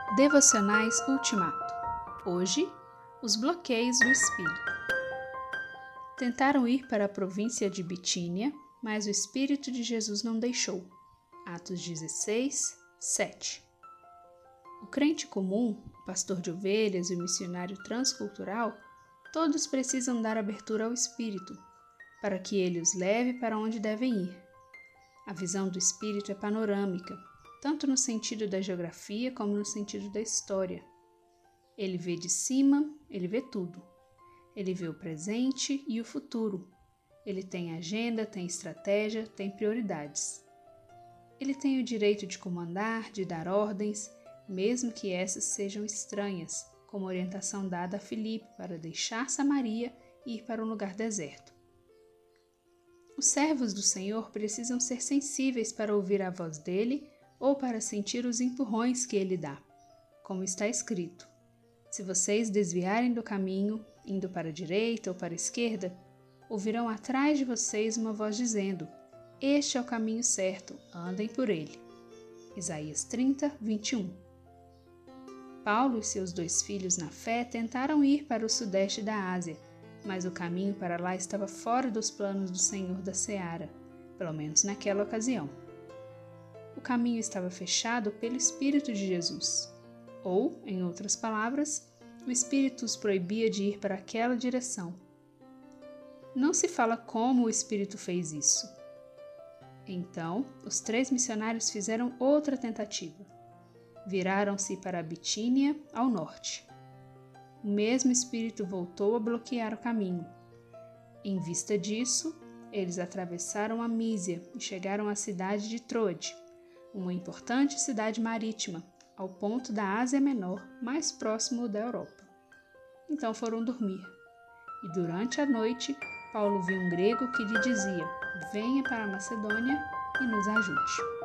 Devocionais Ultimato. Hoje, os bloqueios do Espírito. Tentaram ir para a província de Bitínia, mas o Espírito de Jesus não deixou. Atos 16, 7. O crente comum, o pastor de ovelhas e o missionário transcultural, todos precisam dar abertura ao Espírito, para que ele os leve para onde devem ir. A visão do Espírito é panorâmica, tanto no sentido da geografia como no sentido da história. Ele vê de cima, ele vê tudo. Ele vê o presente e o futuro. Ele tem agenda, tem estratégia, tem prioridades. Ele tem o direito de comandar, de dar ordens, mesmo que essas sejam estranhas, como a orientação dada a Filipe para deixar Samaria e ir para um lugar deserto. Os servos do Senhor precisam ser sensíveis para ouvir a voz dele ou para sentir os empurrões que ele dá. Como está escrito: se vocês desviarem do caminho, indo para a direita ou para a esquerda, ouvirão atrás de vocês uma voz dizendo: este é o caminho certo, andem por ele. Isaías 30, 21. Paulo e seus 2 filhos na fé tentaram ir para o sudeste da Ásia, mas o caminho para lá estava fora dos planos do Senhor da Seara, pelo menos naquela ocasião. O caminho estava fechado pelo Espírito de Jesus, ou, em outras palavras, o Espírito os proibia de ir para aquela direção. Não se fala como o Espírito fez isso. Então, os 3 missionários fizeram outra tentativa. Viraram-se para a Bitínia, ao norte. O mesmo Espírito voltou a bloquear o caminho. Em vista disso, eles atravessaram a Mísia e chegaram à cidade de Troade, uma importante cidade marítima, ao ponto da Ásia Menor, mais próximo da Europa. Então foram dormir. E durante a noite, Paulo viu um grego que lhe dizia: venha para a Macedônia e nos ajude.